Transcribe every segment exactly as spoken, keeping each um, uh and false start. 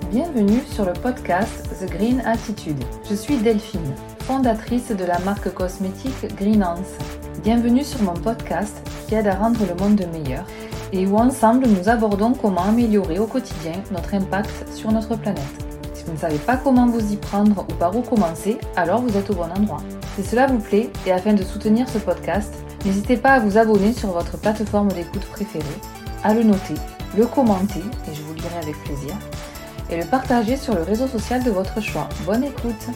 Bienvenue sur le podcast The Green Attitude. Je suis Delphine, fondatrice de la marque cosmétique Greenance. Bienvenue sur mon podcast qui aide à rendre le monde meilleur et où ensemble nous abordons comment améliorer au quotidien notre impact sur notre planète. Si vous ne savez pas comment vous y prendre ou par où commencer, alors vous êtes au bon endroit. Si cela vous plaît et afin de soutenir ce podcast, n'hésitez pas à vous abonner sur votre plateforme d'écoute préférée, à le noter, le commenter, et je vous le lirai avec plaisir, et le partager sur le réseau social de votre choix. Bonne écoute!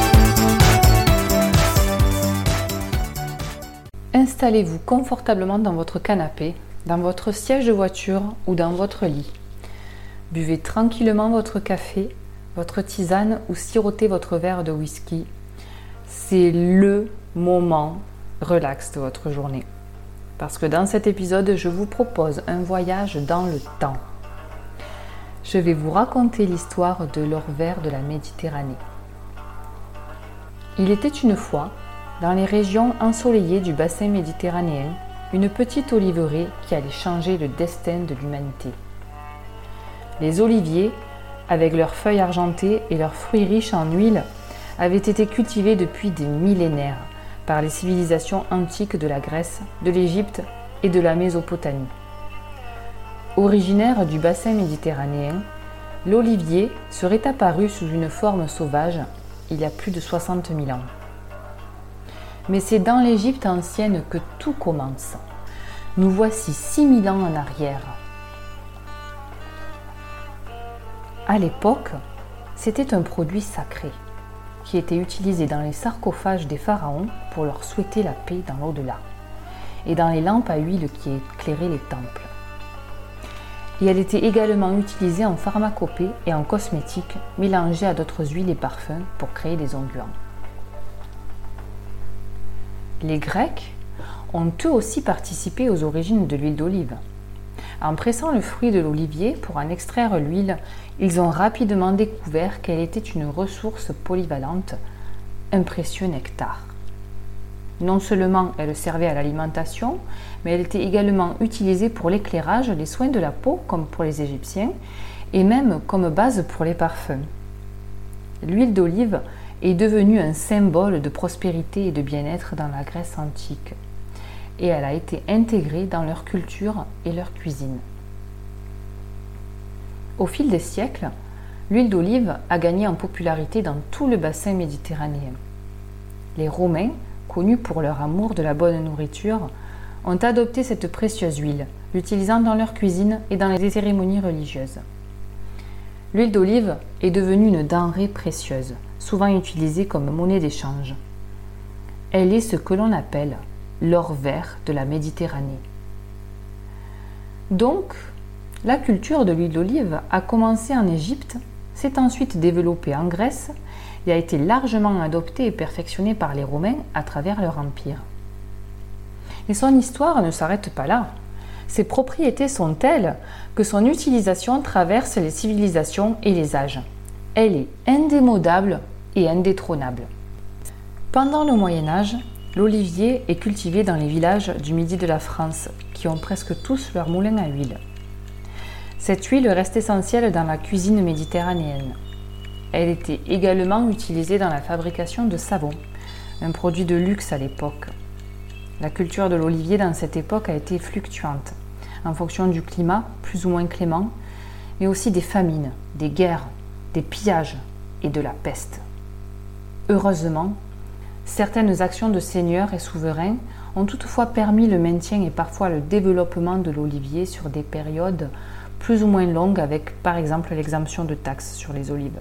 Installez-vous confortablement dans votre canapé, dans votre siège de voiture ou dans votre lit. Buvez tranquillement votre café, votre tisane ou sirotez votre verre de whisky. C'est le moment relax de votre journée. Parce que dans cet épisode, je vous propose un voyage dans le temps. Je vais vous raconter l'histoire de l'orvers de la Méditerranée. Il était une fois, dans les régions ensoleillées du bassin méditerranéen, une petite oliveraie qui allait changer le destin de l'humanité. Les oliviers, avec leurs feuilles argentées et leurs fruits riches en huile, avaient été cultivés depuis des millénaires par les civilisations antiques de la Grèce, de l'Égypte et de la Mésopotamie. Originaire du bassin méditerranéen, l'olivier serait apparu sous une forme sauvage il y a plus de soixante mille ans. Mais c'est dans l'Égypte ancienne que tout commence. Nous voici six mille ans en arrière. À l'époque, c'était un produit sacré qui était utilisé dans les sarcophages des pharaons pour leur souhaiter la paix dans l'au-delà, et dans les lampes à huile qui éclairaient les temples. Et elle était également utilisée en pharmacopée et en cosmétique, mélangée à d'autres huiles et parfums pour créer des onguents. Les Grecs ont eux aussi participé aux origines de l'huile d'olive. En pressant le fruit de l'olivier pour en extraire l'huile, ils ont rapidement découvert qu'elle était une ressource polyvalente, un précieux nectar. Non seulement elle servait à l'alimentation, mais elle était également utilisée pour l'éclairage, les soins de la peau, comme pour les Égyptiens, et même comme base pour les parfums. L'huile d'olive est devenue un symbole de prospérité et de bien-être dans la Grèce antique, et elle a été intégrée dans leur culture et leur cuisine. Au fil des siècles, l'huile d'olive a gagné en popularité dans tout le bassin méditerranéen. Les Romains, connus pour leur amour de la bonne nourriture, ont adopté cette précieuse huile, l'utilisant dans leur cuisine et dans les cérémonies religieuses. L'huile d'olive est devenue une denrée précieuse, souvent utilisée comme monnaie d'échange. Elle est ce que l'on appelle l'or vert de la Méditerranée. Donc, la culture de l'huile d'olive a commencé en Égypte, s'est ensuite développée en Grèce et a été largement adoptée et perfectionnée par les Romains à travers leur empire. Et son histoire ne s'arrête pas là. Ses propriétés sont telles que son utilisation traverse les civilisations et les âges. Elle est indémodable et indétrônable. Pendant le Moyen-Âge, l'olivier est cultivé dans les villages du midi de la France, qui ont presque tous leur moulin à huile. Cette huile reste essentielle dans la cuisine méditerranéenne. Elle était également utilisée dans la fabrication de savon, un produit de luxe à l'époque. La culture de l'olivier dans cette époque a été fluctuante, en fonction du climat plus ou moins clément, mais aussi des famines, des guerres, des pillages et de la peste. Heureusement, certaines actions de seigneurs et souverains ont toutefois permis le maintien et parfois le développement de l'olivier sur des périodes plus ou moins longues, avec par exemple l'exemption de taxes sur les olives.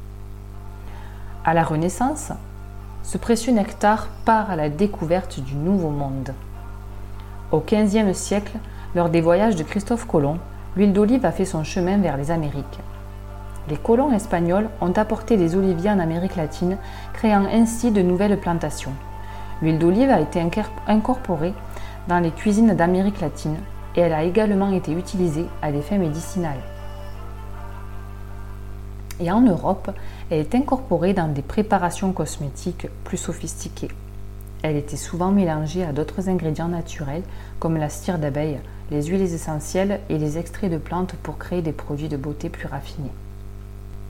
À la Renaissance, ce précieux nectar part à la découverte du Nouveau Monde. Au quinzième siècle, lors des voyages de Christophe Colomb, l'huile d'olive a fait son chemin vers les Amériques. Les colons espagnols ont apporté des oliviers en Amérique latine, créant ainsi de nouvelles plantations. L'huile d'olive a été incorporée dans les cuisines d'Amérique latine et elle a également été utilisée à des fins médicinales. Et en Europe, elle est incorporée dans des préparations cosmétiques plus sophistiquées. Elle était souvent mélangée à d'autres ingrédients naturels comme la cire d'abeille, les huiles essentielles et les extraits de plantes pour créer des produits de beauté plus raffinés.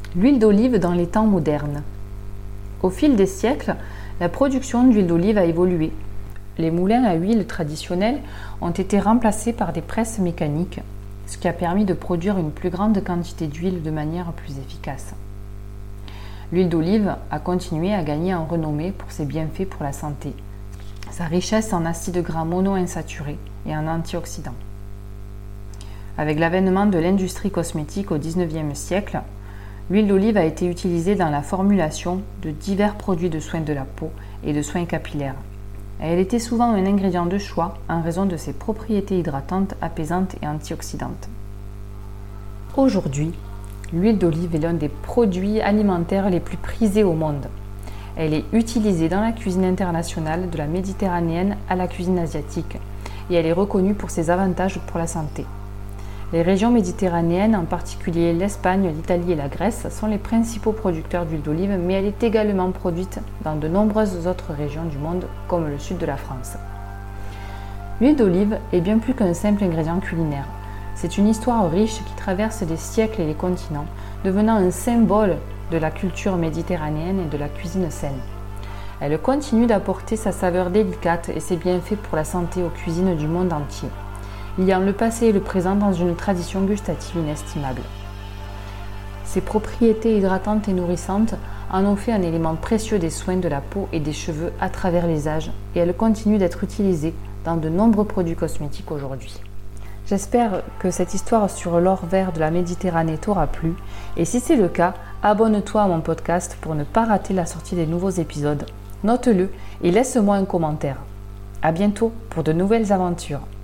L'huile d'olive dans les temps modernes. Au fil des siècles, la production d'huile d'olive a évolué. Les moulins à huile traditionnels ont été remplacés par des presses mécaniques, ce qui a permis de produire une plus grande quantité d'huile de manière plus efficace. L'huile d'olive a continué à gagner en renommée pour ses bienfaits pour la santé, sa richesse en acides gras monoinsaturés et en antioxydants. Avec l'avènement de l'industrie cosmétique au dix-neuvième siècle, l'huile d'olive a été utilisée dans la formulation de divers produits de soins de la peau et de soins capillaires. Elle était souvent un ingrédient de choix en raison de ses propriétés hydratantes, apaisantes et antioxydantes. Aujourd'hui, l'huile d'olive est l'un des produits alimentaires les plus prisés au monde. Elle est utilisée dans la cuisine internationale, de la méditerranéenne à la cuisine asiatique, et elle est reconnue pour ses avantages pour la santé. Les régions méditerranéennes, en particulier l'Espagne, l'Italie et la Grèce, sont les principaux producteurs d'huile d'olive, mais elle est également produite dans de nombreuses autres régions du monde, comme le sud de la France. L'huile d'olive est bien plus qu'un simple ingrédient culinaire. C'est une histoire riche qui traverse les siècles et les continents, devenant un symbole de la culture méditerranéenne et de la cuisine saine. Elle continue d'apporter sa saveur délicate et ses bienfaits pour la santé aux cuisines du monde entier, liant le passé et le présent dans une tradition gustative inestimable. Ses propriétés hydratantes et nourrissantes en ont fait un élément précieux des soins de la peau et des cheveux à travers les âges, et elle continue d'être utilisée dans de nombreux produits cosmétiques aujourd'hui. J'espère que cette histoire sur l'or vert de la Méditerranée t'aura plu, et si c'est le cas, abonne-toi à mon podcast pour ne pas rater la sortie des nouveaux épisodes. Note-le et laisse-moi un commentaire. À bientôt pour de nouvelles aventures.